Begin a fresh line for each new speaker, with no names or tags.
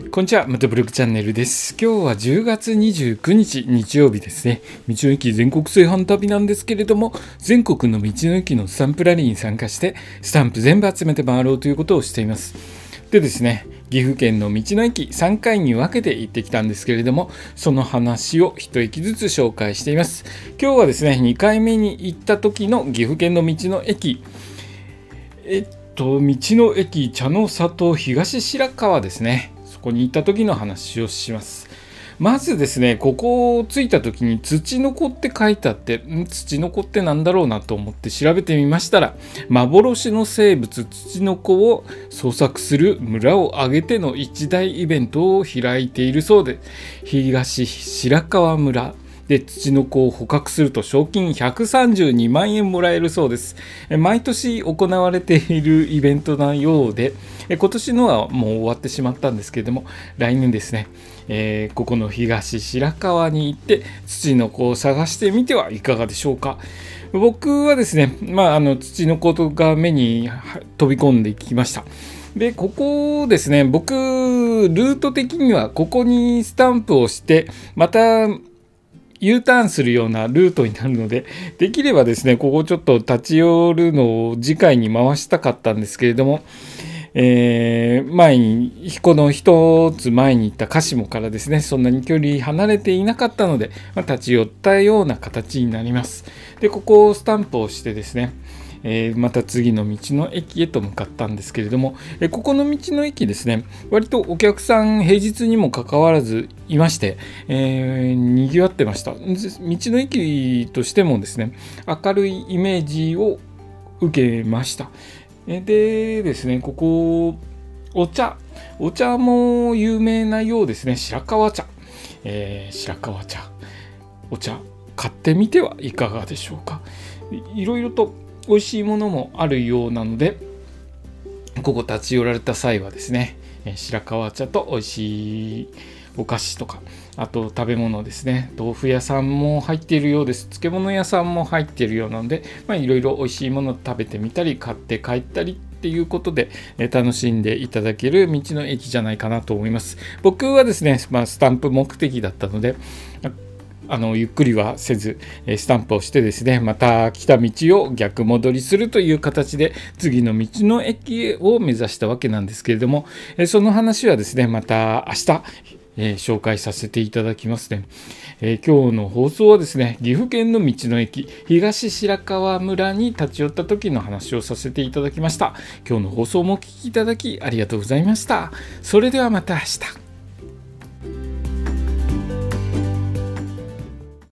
こんにちは、またブログチャンネルです。今日は10月29日日曜日ですね。道の駅全国炊飯旅なんですけれども、全国の道の駅のスタンプラリーに参加して、スタンプ全部集めて回ろうということをしています。でですね、岐阜県の道の駅3回に分けて行ってきたんですけれども、その話を一駅ずつ紹介しています。今日はですね、2回目に行った時の岐阜県の道の駅、道の駅茶の里東白川ですね。ここに行った時の話をします。まずですね、ここを着いた時に土の子って書いてあって、土の子ってなんだろうなと思って調べてみましたら、幻の生物土の子を捜索する村を挙げての一大イベントを開いているそうで、東白川村で土の子を捕獲すると賞金132万円もらえるそうです。毎年行われているイベントなようで、今年のはもう終わってしまったんですけれども、来年ですね、ここの東白川に行って土の子を探してみてはいかがでしょうか。僕はですね、土の子が目に飛び込んできました。で、ここですね、僕ルート的にはここにスタンプをしてまたU ターンするようなルートになるので、できればですね、ここちょっと立ち寄るのを次回に回したかったんですけれども、前にこの一つ前に行った鹿島からですね、そんなに距離離れていなかったので、立ち寄ったような形になります。で、ここをスタンプをしてですね、また次の道の駅へと向かったんですけれども、ここの道の駅ですね、割とお客さん平日にもかかわらずいまして、にぎわってました。道の駅としてもですね、明るいイメージを受けました。でですね、ここお茶も有名なようですね。白川茶、白川茶お茶買ってみてはいかがでしょうか。いろいろと美味しいものもあるようなので、ここ立ち寄られた際はですね、白川茶と美味しいお菓子とか、あと食べ物ですね、豆腐屋さんも入っているようです。漬物屋さんも入っているようなので、いろいろ美味しいものを食べてみたり買って帰ったりっていうことで楽しんでいただける道の駅じゃないかなと思います。僕はですね、スタンプ目的だったのでゆっくりはせずスタンプをしてですね、また来た道を逆戻りするという形で次の道の駅を目指したわけなんですけれども、その話はですね、また明日紹介させていただきますね。今日の放送はですね、岐阜県の道の駅東白川村に立ち寄った時の話をさせていただきました。今日の放送もお聞きいただきありがとうございました。それではまた明日。